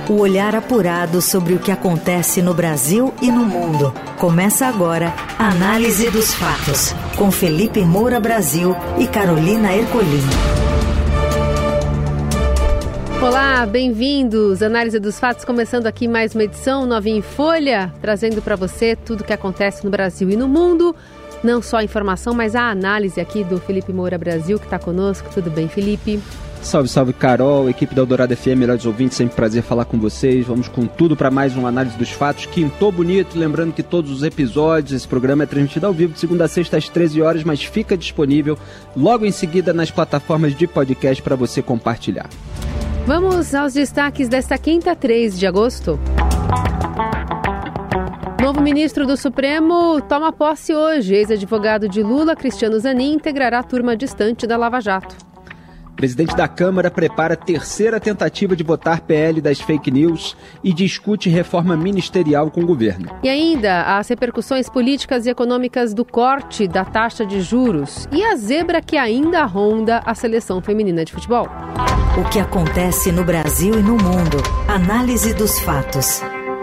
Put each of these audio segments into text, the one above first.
O olhar apurado sobre o que acontece no Brasil e no mundo. Começa agora a Análise dos Fatos, com Felipe Moura Brasil e Carolina Ercolim. Olá, bem-vindos! Análise dos Fatos, começando aqui mais uma edição novinha em folha, trazendo para você tudo o que acontece no Brasil e no mundo. Não só a informação, mas a análise aqui do Felipe Moura Brasil, que está conosco. Tudo bem, Felipe? Salve, salve, Carol, equipe da Eldorado FM, melhores ouvintes, sempre prazer falar com vocês. Vamos com tudo para mais uma Análise dos Fatos. Quintou bonito, lembrando que todos os episódios, esse programa é transmitido ao vivo de segunda a sexta às 13 horas, mas fica disponível logo em seguida nas plataformas de podcast para você compartilhar. Vamos aos destaques desta quinta, 3 de agosto. Novo ministro do Supremo toma posse hoje. Ex-advogado de Lula, Cristiano Zanin, integrará a turma distante da Lava Jato. Presidente da Câmara prepara a terceira tentativa de votar PL das fake news e discute reforma ministerial com o governo. E ainda as repercussões políticas e econômicas do corte da taxa de juros e a zebra que ainda ronda a seleção feminina de futebol. O que acontece no Brasil e no mundo. Análise dos fatos.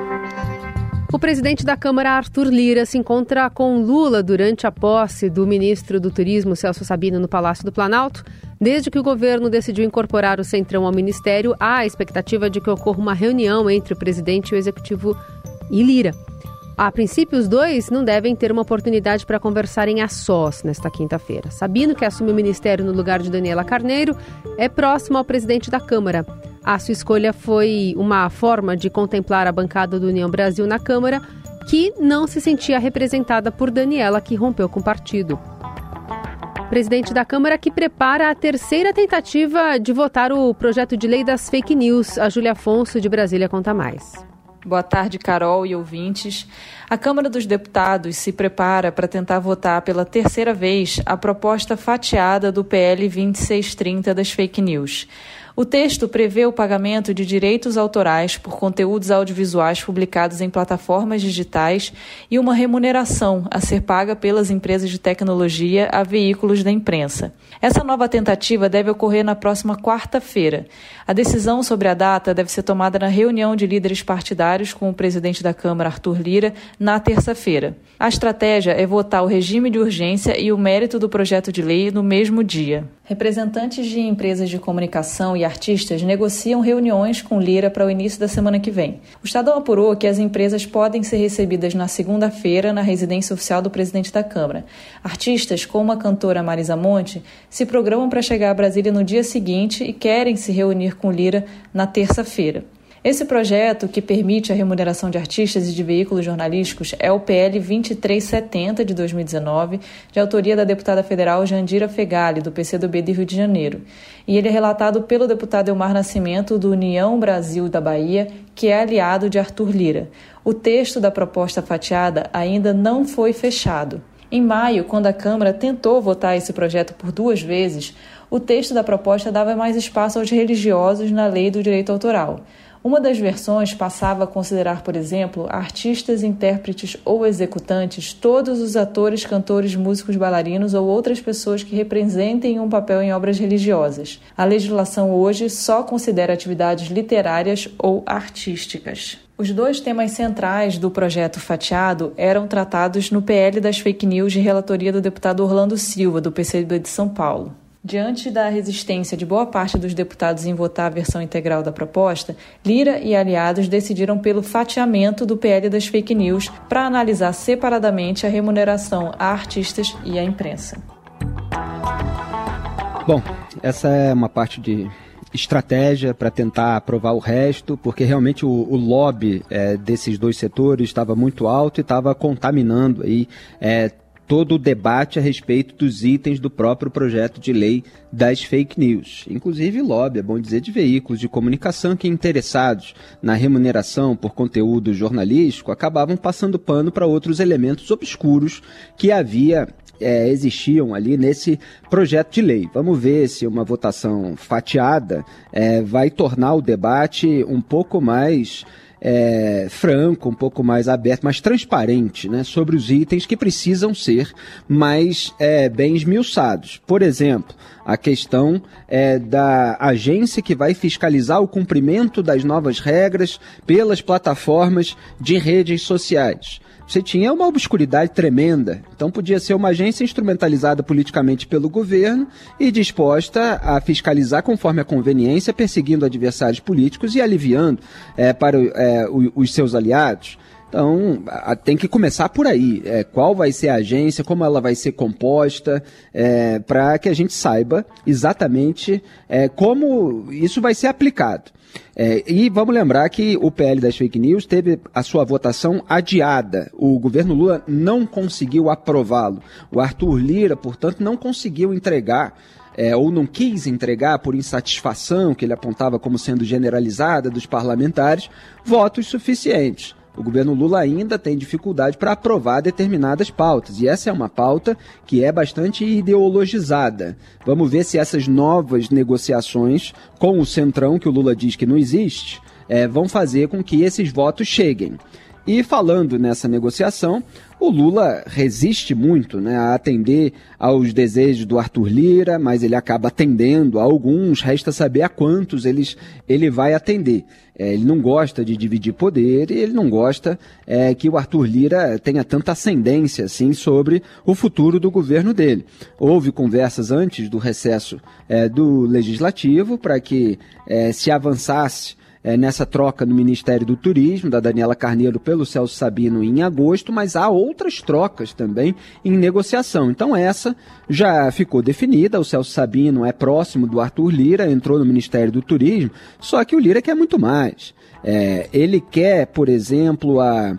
O presidente da Câmara, Arthur Lira, se encontra com Lula durante a posse do ministro do Turismo, Celso Sabino, no Palácio do Planalto. Desde que o governo decidiu incorporar o Centrão ao ministério, há a expectativa de que ocorra uma reunião entre o presidente e o executivo e Lira. A princípio, os dois não devem ter uma oportunidade para conversarem a sós nesta quinta-feira. Sabino, que assume o ministério no lugar de Daniela Carneiro, é próximo ao presidente da Câmara. A sua escolha foi uma forma de contemplar a bancada do União Brasil na Câmara, que não se sentia representada por Daniela, que rompeu com o partido. Presidente da Câmara que prepara a terceira tentativa de votar o projeto de lei das fake news. A Júlia Afonso, de Brasília, conta mais. Boa tarde, Carol e ouvintes. A Câmara dos Deputados se prepara para tentar votar pela terceira vez a proposta fatiada do PL 2630 das fake news. O texto prevê o pagamento de direitos autorais por conteúdos audiovisuais publicados em plataformas digitais e uma remuneração a ser paga pelas empresas de tecnologia a veículos da imprensa. Essa nova tentativa deve ocorrer na próxima quarta-feira. A decisão sobre a data deve ser tomada na reunião de líderes partidários com o presidente da Câmara, Arthur Lira, na terça-feira. A estratégia é votar o regime de urgência e o mérito do projeto de lei no mesmo dia. Representantes de empresas de comunicação e artistas negociam reuniões com Lira para o início da semana que vem. O Estadão apurou que as empresas podem ser recebidas na segunda-feira na residência oficial do presidente da Câmara. Artistas, como a cantora Marisa Monte, se programam para chegar a Brasília no dia seguinte e querem se reunir com Lira na terça-feira. Esse projeto, que permite a remuneração de artistas e de veículos jornalísticos, é o PL 2370 de 2019, de autoria da deputada federal Jandira Fegali, do PCdoB de Rio de Janeiro. E ele é relatado pelo deputado Elmar Nascimento, do União Brasil da Bahia, que é aliado de Arthur Lira. O texto da proposta fatiada ainda não foi fechado. Em maio, quando a Câmara tentou votar esse projeto por 2 vezes, o texto da proposta dava mais espaço aos religiosos na lei do direito autoral. Uma das versões passava a considerar, por exemplo, artistas, intérpretes ou executantes, todos os atores, cantores, músicos, bailarinos ou outras pessoas que representem um papel em obras religiosas. A legislação hoje só considera atividades literárias ou artísticas. Os 2 temas centrais do projeto fatiado eram tratados no PL das fake news de relatoria do deputado Orlando Silva, do PCdoB de São Paulo. Diante da resistência de boa parte dos deputados em votar a versão integral da proposta, Lira e aliados decidiram pelo fatiamento do PL das fake news para analisar separadamente a remuneração a artistas e à imprensa. Bom, essa é uma parte de estratégia para tentar aprovar o resto, porque realmente o lobby desses 2 setores estava muito alto e estava contaminando aí todo o debate a respeito dos itens do próprio projeto de lei das fake news. Inclusive lobby, é bom dizer, de veículos de comunicação que, interessados na remuneração por conteúdo jornalístico, acabavam passando pano para outros elementos obscuros que existiam ali nesse projeto de lei. Vamos ver se uma votação fatiada vai tornar o debate um pouco mais franco, um pouco mais aberto, mais transparente, né, sobre os itens que precisam ser mais bem esmiuçados. Por exemplo, a questão da agência que vai fiscalizar o cumprimento das novas regras pelas plataformas de redes sociais. Você tinha uma obscuridade tremenda, então podia ser uma agência instrumentalizada politicamente pelo governo e disposta a fiscalizar conforme a conveniência, perseguindo adversários políticos e aliviando para os seus aliados. Então, tem que começar por aí. Qual vai ser a agência, como ela vai ser composta, para que a gente saiba exatamente como isso vai ser aplicado. E vamos lembrar que o PL das fake news teve a sua votação adiada. O governo Lula não conseguiu aprová-lo. O Arthur Lira, portanto, não conseguiu entregar ou não quis entregar por insatisfação, que ele apontava como sendo generalizada dos parlamentares, votos suficientes. O governo Lula ainda tem dificuldade para aprovar determinadas pautas, e essa é uma pauta que é bastante ideologizada. Vamos ver se essas novas negociações com o Centrão, que o Lula diz que não existe, vão fazer com que esses votos cheguem. E falando nessa negociação, o Lula resiste muito, né, a atender aos desejos do Arthur Lira, mas ele acaba atendendo a alguns, resta saber a quantos ele vai atender. Ele não gosta de dividir poder e ele não gosta que o Arthur Lira tenha tanta ascendência assim, sobre o futuro do governo dele. Houve conversas antes do recesso do Legislativo para que se avançasse nessa troca no Ministério do Turismo, da Daniela Carneiro pelo Celso Sabino em agosto, mas há outras trocas também em negociação. Então essa já ficou definida, o Celso Sabino é próximo do Arthur Lira, entrou no Ministério do Turismo, só que o Lira quer muito mais. Ele quer, por exemplo,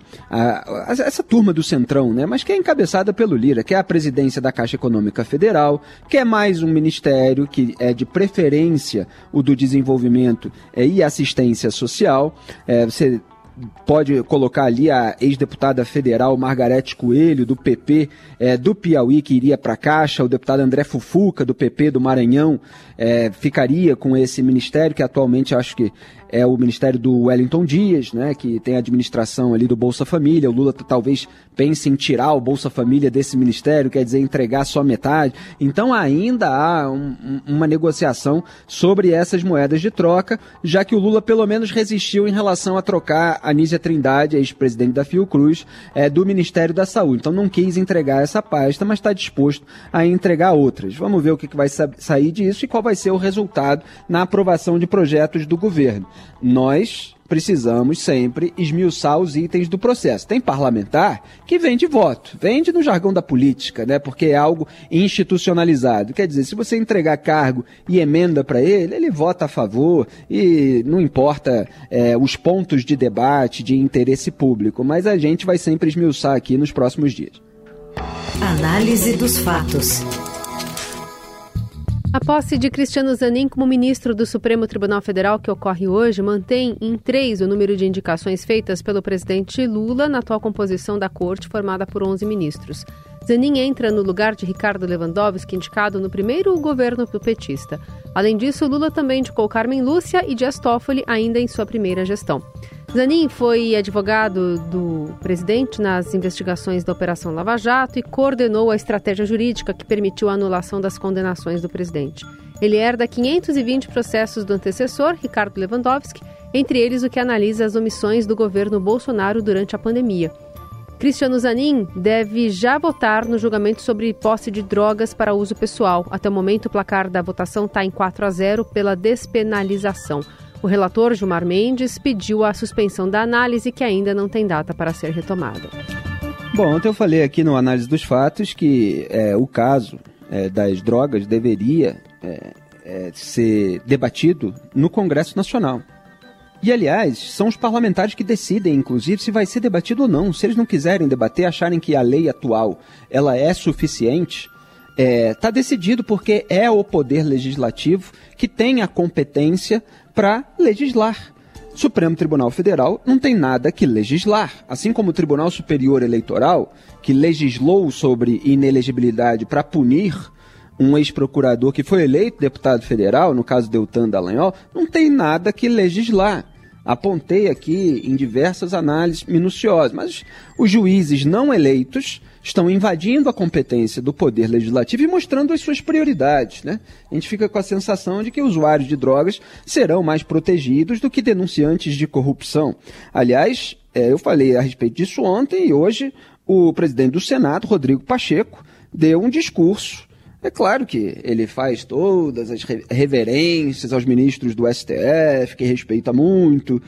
essa turma do Centrão, né, mas que é encabeçada pelo Lira, quer a presidência da Caixa Econômica Federal, quer mais um ministério que é de preferência o do desenvolvimento e assistência social. Você pode colocar ali a ex-deputada federal Margarete Coelho, do PP do Piauí, que iria para a Caixa, o deputado André Fufuca, do PP do Maranhão, ficaria com esse ministério, que atualmente acho que é o ministério do Wellington Dias, né, que tem a administração ali do Bolsa Família. O Lula talvez pense em tirar o Bolsa Família desse ministério, quer dizer, entregar só metade. Então ainda há uma negociação sobre essas moedas de troca, já que o Lula pelo menos resistiu em relação a trocar a Anísia Trindade, ex-presidente da Fiocruz, do Ministério da Saúde. Então não quis entregar essa pasta, mas está disposto a entregar outras. Vamos ver o que vai sair disso e qual vai ser o resultado na aprovação de projetos do governo. Nós precisamos sempre esmiuçar os itens do processo. Tem parlamentar que vende voto, vende no jargão da política, né? Porque é algo institucionalizado. Quer dizer, se você entregar cargo e emenda para ele vota a favor e não importa os pontos de debate, de interesse público, mas a gente vai sempre esmiuçar aqui nos próximos dias. Análise dos fatos. A posse de Cristiano Zanin como ministro do Supremo Tribunal Federal, que ocorre hoje, mantém em 3 o número de indicações feitas pelo presidente Lula na atual composição da corte, formada por 11 ministros. Zanin entra no lugar de Ricardo Lewandowski, indicado no primeiro governo do petista. Além disso, Lula também indicou Carmen Lúcia e Dias Toffoli ainda em sua primeira gestão. Zanin foi advogado do presidente nas investigações da Operação Lava Jato e coordenou a estratégia jurídica que permitiu a anulação das condenações do presidente. Ele herda 520 processos do antecessor, Ricardo Lewandowski, entre eles o que analisa as omissões do governo Bolsonaro durante a pandemia. Cristiano Zanin deve já votar no julgamento sobre posse de drogas para uso pessoal. Até o momento, o placar da votação está em 4-0 pela despenalização. O relator Gilmar Mendes pediu a suspensão da análise, que ainda não tem data para ser retomada. Bom, ontem eu falei aqui no Análise dos Fatos que o caso das drogas deveria ser debatido no Congresso Nacional. E, aliás, são os parlamentares que decidem, inclusive, se vai ser debatido ou não. Se eles não quiserem debater, acharem que a lei atual ela é suficiente, está decidido, porque é o Poder Legislativo que tem a competência para legislar. O Supremo Tribunal Federal não tem nada que legislar. Assim como o Tribunal Superior Eleitoral, que legislou sobre inelegibilidade para punir um ex-procurador que foi eleito deputado federal, no caso Deltan Dallagnol, não tem nada que legislar. Apontei aqui em diversas análises minuciosas, mas os juízes não eleitos estão invadindo a competência do Poder Legislativo e mostrando as suas prioridades, né? A gente fica com a sensação de que usuários de drogas serão mais protegidos do que denunciantes de corrupção. Aliás, eu falei a respeito disso ontem e hoje o presidente do Senado, Rodrigo Pacheco, deu um discurso. É claro que ele faz todas as reverências aos ministros do STF, que respeita muito,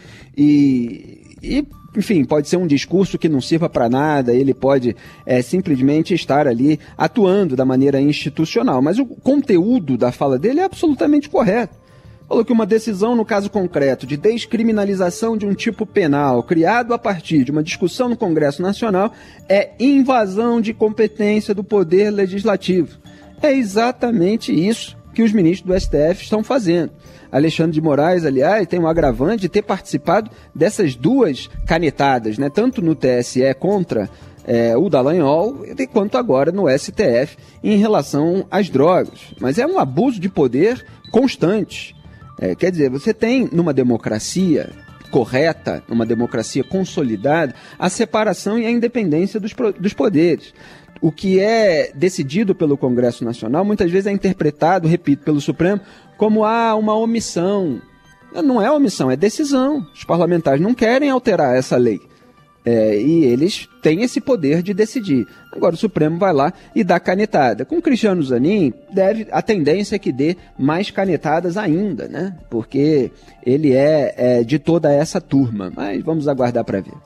enfim, pode ser um discurso que não sirva para nada, ele pode simplesmente estar ali atuando da maneira institucional, mas o conteúdo da fala dele é absolutamente correto. Falou que uma decisão no caso concreto de descriminalização de um tipo penal criado a partir de uma discussão no Congresso Nacional é invasão de competência do Poder Legislativo. É exatamente isso que os ministros do STF estão fazendo. Alexandre de Moraes, aliás, tem um agravante de ter participado dessas duas canetadas, né? Tanto no TSE contra o Dallagnol, quanto agora no STF em relação às drogas. Mas é um abuso de poder constante. Quer dizer, você tem numa democracia correta, numa democracia consolidada, a separação e a independência dos poderes. O que é decidido pelo Congresso Nacional muitas vezes é interpretado, repito, pelo Supremo como uma omissão. Não é omissão, é decisão. Os parlamentares não querem alterar essa lei. E eles têm esse poder de decidir. Agora o Supremo vai lá e dá canetada. Com o Cristiano Zanin, a tendência é que dê mais canetadas ainda, né? Porque ele é de toda essa turma. Mas vamos aguardar para ver.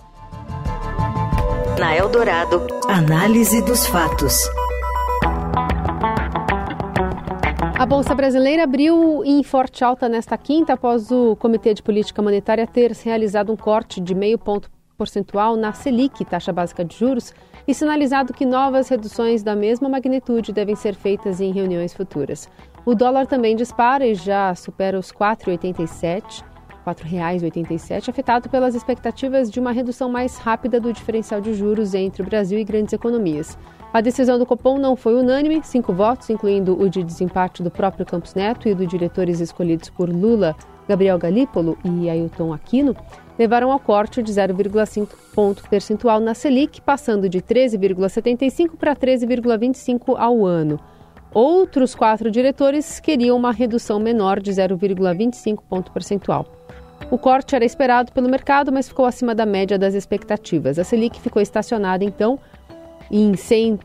Na Eldorado, análise dos fatos. A Bolsa Brasileira abriu em forte alta nesta quinta após o Comitê de Política Monetária ter realizado um corte de 0,5 ponto percentual na Selic, taxa básica de juros, e sinalizado que novas reduções da mesma magnitude devem ser feitas em reuniões futuras. O dólar também dispara e já supera os R$ 4,87, afetado pelas expectativas de uma redução mais rápida do diferencial de juros entre o Brasil e grandes economias. A decisão do Copom não foi unânime, 5 votos, incluindo o de desempate do próprio Campos Neto e dos diretores escolhidos por Lula, Gabriel Galípolo e Ailton Aquino, levaram ao corte de 0,5 ponto percentual na Selic, passando de 13,75 para 13,25 ao ano. Outros 4 diretores queriam uma redução menor de 0,25 ponto percentual. O corte era esperado pelo mercado, mas ficou acima da média das expectativas. A Selic ficou estacionada, então, em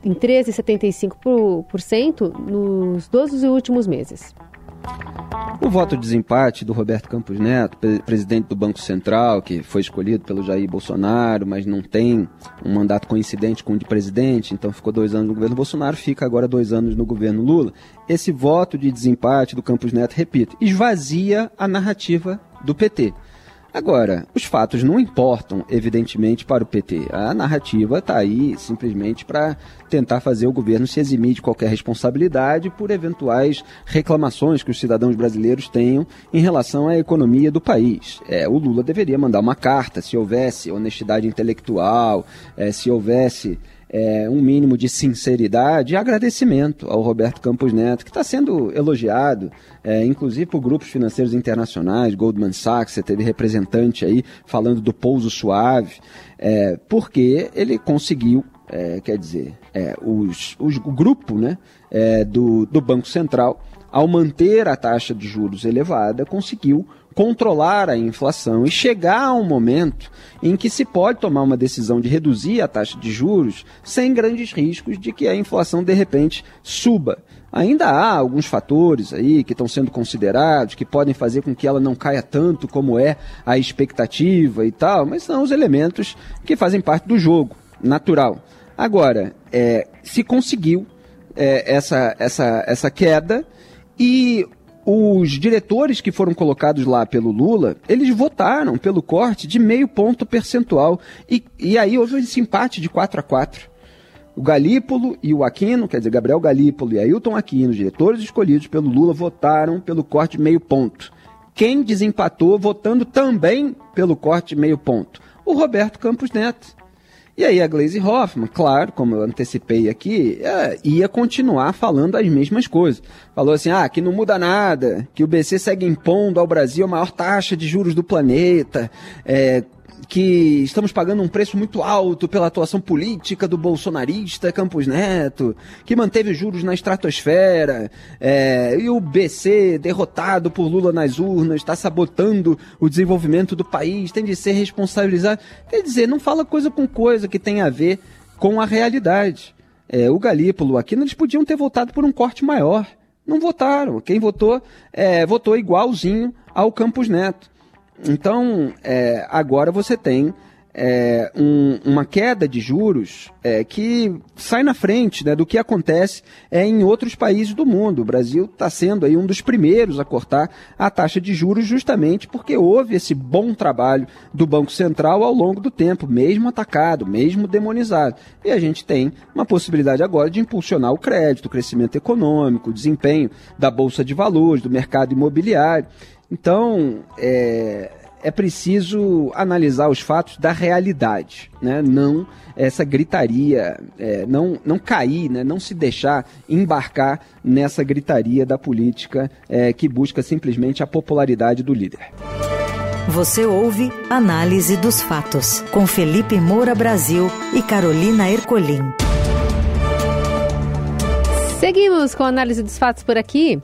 13,75% nos 12 últimos meses. O voto de desempate do Roberto Campos Neto, presidente do Banco Central, que foi escolhido pelo Jair Bolsonaro, mas não tem um mandato coincidente com o de presidente, então ficou 2 anos no governo Bolsonaro, fica agora 2 anos no governo Lula. Esse voto de desempate do Campos Neto, repito, esvazia a narrativa do PT. Agora, os fatos não importam, evidentemente, para o PT. A narrativa está aí simplesmente para tentar fazer o governo se eximir de qualquer responsabilidade por eventuais reclamações que os cidadãos brasileiros tenham em relação à economia do país. O Lula deveria mandar uma carta se houvesse honestidade intelectual, se houvesse um mínimo de sinceridade e agradecimento ao Roberto Campos Neto, que está sendo elogiado, inclusive por grupos financeiros internacionais, Goldman Sachs, você teve representante aí falando do pouso suave, porque ele conseguiu, o grupo, né, do Banco Central, ao manter a taxa de juros elevada, conseguiu controlar a inflação e chegar a um momento em que se pode tomar uma decisão de reduzir a taxa de juros sem grandes riscos de que a inflação de repente suba. Ainda há alguns fatores aí que estão sendo considerados, que podem fazer com que ela não caia tanto como é a expectativa e tal, mas são os elementos que fazem parte do jogo natural. Agora, se conseguiu essa queda e os diretores que foram colocados lá pelo Lula, eles votaram pelo corte de 0,5 ponto percentual. E aí houve esse empate de 4-4. O Galípolo e o Aquino, quer dizer, Gabriel Galípolo e Ailton Aquino, diretores escolhidos pelo Lula, votaram pelo corte de 0,5 ponto. Quem desempatou votando também pelo corte de 0,5 ponto? O Roberto Campos Neto. E aí a Gleisi Hoffmann, claro, como eu antecipei aqui, ia continuar falando as mesmas coisas. Falou assim, que não muda nada, que o BC segue impondo ao Brasil a maior taxa de juros do planeta, que estamos pagando um preço muito alto pela atuação política do bolsonarista Campos Neto, que manteve os juros na estratosfera, e o BC, derrotado por Lula nas urnas, está sabotando o desenvolvimento do país, tem de ser responsabilizado. Quer dizer, não fala coisa com coisa que tem a ver com a realidade. O Galípolo, o Aquino, eles podiam ter votado por um corte maior. Não votaram. Quem votou, votou igualzinho ao Campos Neto. Então, agora você tem uma queda de juros que sai na frente, né, do que acontece em outros países do mundo. O Brasil está sendo aí um dos primeiros a cortar a taxa de juros justamente porque houve esse bom trabalho do Banco Central ao longo do tempo, mesmo atacado, mesmo demonizado. E a gente tem uma possibilidade agora de impulsionar o crédito, o crescimento econômico, o desempenho da Bolsa de Valores, do mercado imobiliário. Então, é preciso analisar os fatos da realidade, né? Não essa gritaria, não cair, né? Não se deixar embarcar nessa gritaria da política que busca simplesmente a popularidade do líder. Você ouve Análise dos Fatos, com Felipe Moura Brasil e Carolina Ercolim. Seguimos com a Análise dos Fatos por aqui.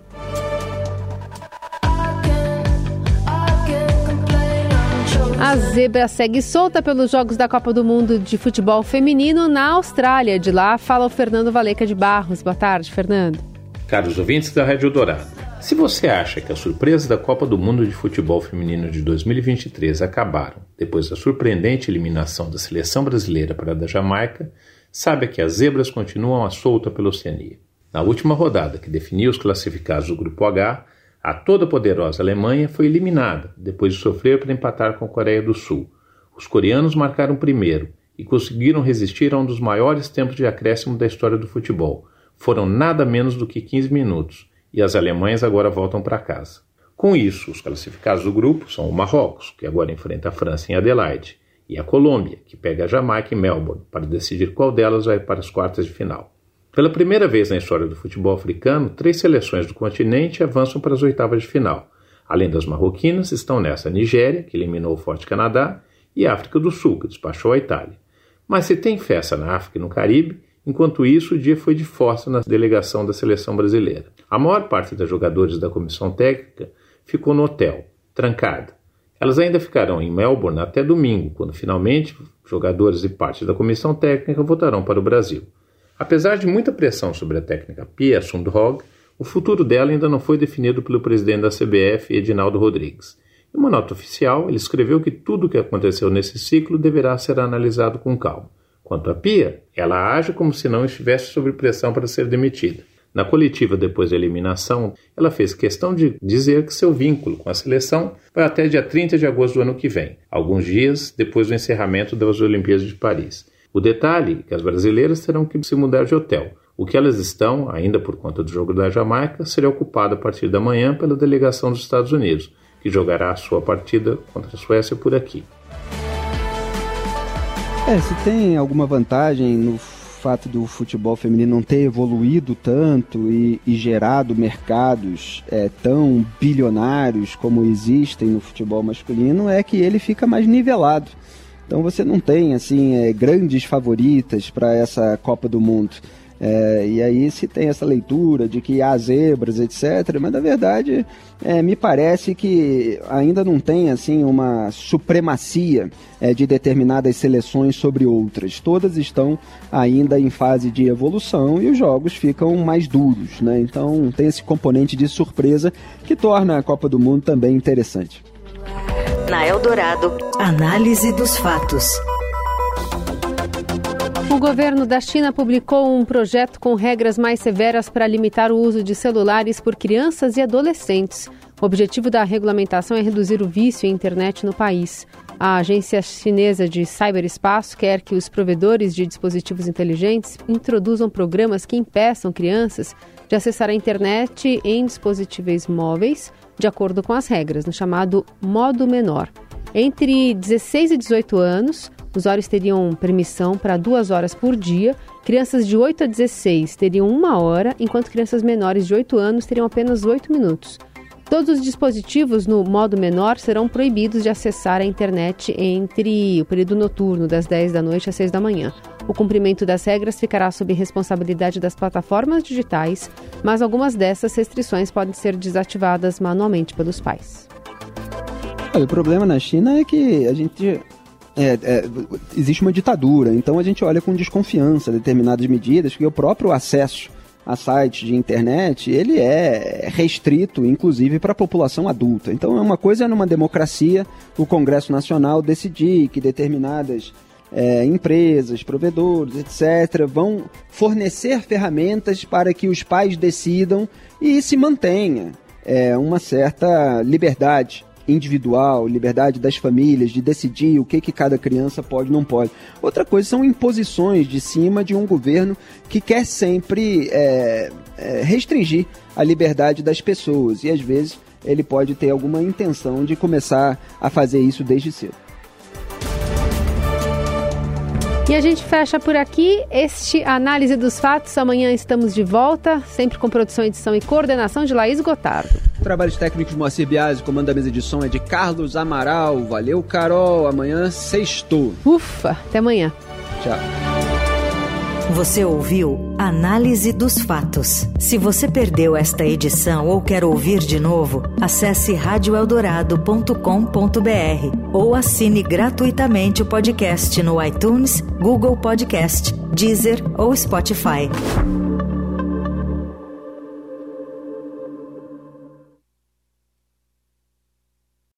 A zebra segue solta pelos Jogos da Copa do Mundo de Futebol Feminino na Austrália. De lá fala o Fernando Valeca de Barros. Boa tarde, Fernando. Caros ouvintes da Rádio Dourado, se você acha que as surpresas da Copa do Mundo de Futebol Feminino de 2023 acabaram depois da surpreendente eliminação da seleção brasileira para a da Jamaica, saiba que as zebras continuam à solta pela Oceania. Na última rodada, que definiu os classificados do Grupo H, a toda-poderosa Alemanha foi eliminada, depois de sofrer para empatar com a Coreia do Sul. Os coreanos marcaram primeiro e conseguiram resistir a um dos maiores tempos de acréscimo da história do futebol. Foram nada menos do que 15 minutos, e as alemãs agora voltam para casa. Com isso, os classificados do grupo são o Marrocos, que agora enfrenta a França em Adelaide, e a Colômbia, que pega a Jamaica em Melbourne, para decidir qual delas vai para as quartas de final. Pela primeira vez na história do futebol africano, 3 seleções do continente avançam para as oitavas de final. Além das marroquinas, estão nessa a Nigéria, que eliminou o forte Canadá, e a África do Sul, que despachou a Itália. Mas se tem festa na África e no Caribe, enquanto isso o dia foi de força na delegação da seleção brasileira. A maior parte das jogadoras da comissão técnica ficou no hotel, trancada. Elas ainda ficarão em Melbourne até domingo, quando finalmente jogadores e parte da comissão técnica voltarão para o Brasil. Apesar de muita pressão sobre a técnica Pia Sundhage, o futuro dela ainda não foi definido pelo presidente da CBF, Edinaldo Rodrigues. Em uma nota oficial, ele escreveu que tudo o que aconteceu nesse ciclo deverá ser analisado com calma. Quanto a Pia, ela age como se não estivesse sob pressão para ser demitida. Na coletiva depois da eliminação, ela fez questão de dizer que seu vínculo com a seleção vai até dia 30 de agosto do ano que vem, alguns dias depois do encerramento das Olimpíadas de Paris. O detalhe é que as brasileiras terão que se mudar de hotel. O que elas estão, ainda por conta do jogo da Jamaica, será ocupado a partir da manhã pela delegação dos Estados Unidos, que jogará a sua partida contra a Suécia por aqui. Se tem alguma vantagem no fato do futebol feminino não ter evoluído tanto e gerado mercados tão bilionários como existem no futebol masculino, é que ele fica mais nivelado. Então você não tem grandes favoritas para essa Copa do Mundo. E aí se tem essa leitura de que há zebras, etc. Mas na verdade me parece que ainda não tem uma supremacia de determinadas seleções sobre outras. Todas estão ainda em fase de evolução e os jogos ficam mais duros, né? Então tem esse componente de surpresa que torna a Copa do Mundo também interessante. Na Eldorado, Análise dos Fatos. O governo da China publicou um projeto com regras mais severas para limitar o uso de celulares por crianças e adolescentes. O objetivo da regulamentação é reduzir o vício em internet no país. A agência chinesa de ciberespaço quer que os provedores de dispositivos inteligentes introduzam programas que impeçam crianças de acessar a internet em dispositivos móveis, de acordo com as regras, no chamado modo menor. Entre 16 e 18 anos, os usuários teriam permissão para 2 horas por dia. Crianças de 8 a 16 teriam 1 hora, enquanto crianças menores de 8 anos teriam apenas 8 minutos. Todos os dispositivos no modo menor serão proibidos de acessar a internet entre o período noturno, das 10 da noite às 6 da manhã. O cumprimento das regras ficará sob responsabilidade das plataformas digitais, mas algumas dessas restrições podem ser desativadas manualmente pelos pais. Olha, o problema na China é que a gente... existe uma ditadura, então a gente olha com desconfiança determinadas medidas, porque o próprio acesso a sites de internet, ele é restrito, inclusive, para a população adulta. Então, uma coisa é numa democracia o Congresso Nacional decidir que determinadas empresas, provedores, etc., vão fornecer ferramentas para que os pais decidam e se mantenha uma certa liberdade individual, liberdade das famílias de decidir o que cada criança pode ou não pode. Outra coisa são imposições de cima de um governo que quer sempre restringir a liberdade das pessoas, e às vezes ele pode ter alguma intenção de começar a fazer isso desde cedo. E a gente fecha por aqui este Análise dos Fatos. Amanhã estamos de volta, sempre com produção, edição e coordenação de Laís Gotardo. Trabalhos técnicos de Moacir Biasi, o comando da mesa de som é de Carlos Amaral. Valeu, Carol. Amanhã sextou. Ufa, até amanhã. Tchau. Você ouviu Análise dos Fatos. Se você perdeu esta edição ou quer ouvir de novo, acesse radioeldorado.com.br ou assine gratuitamente o podcast no iTunes, Google Podcast, Deezer ou Spotify.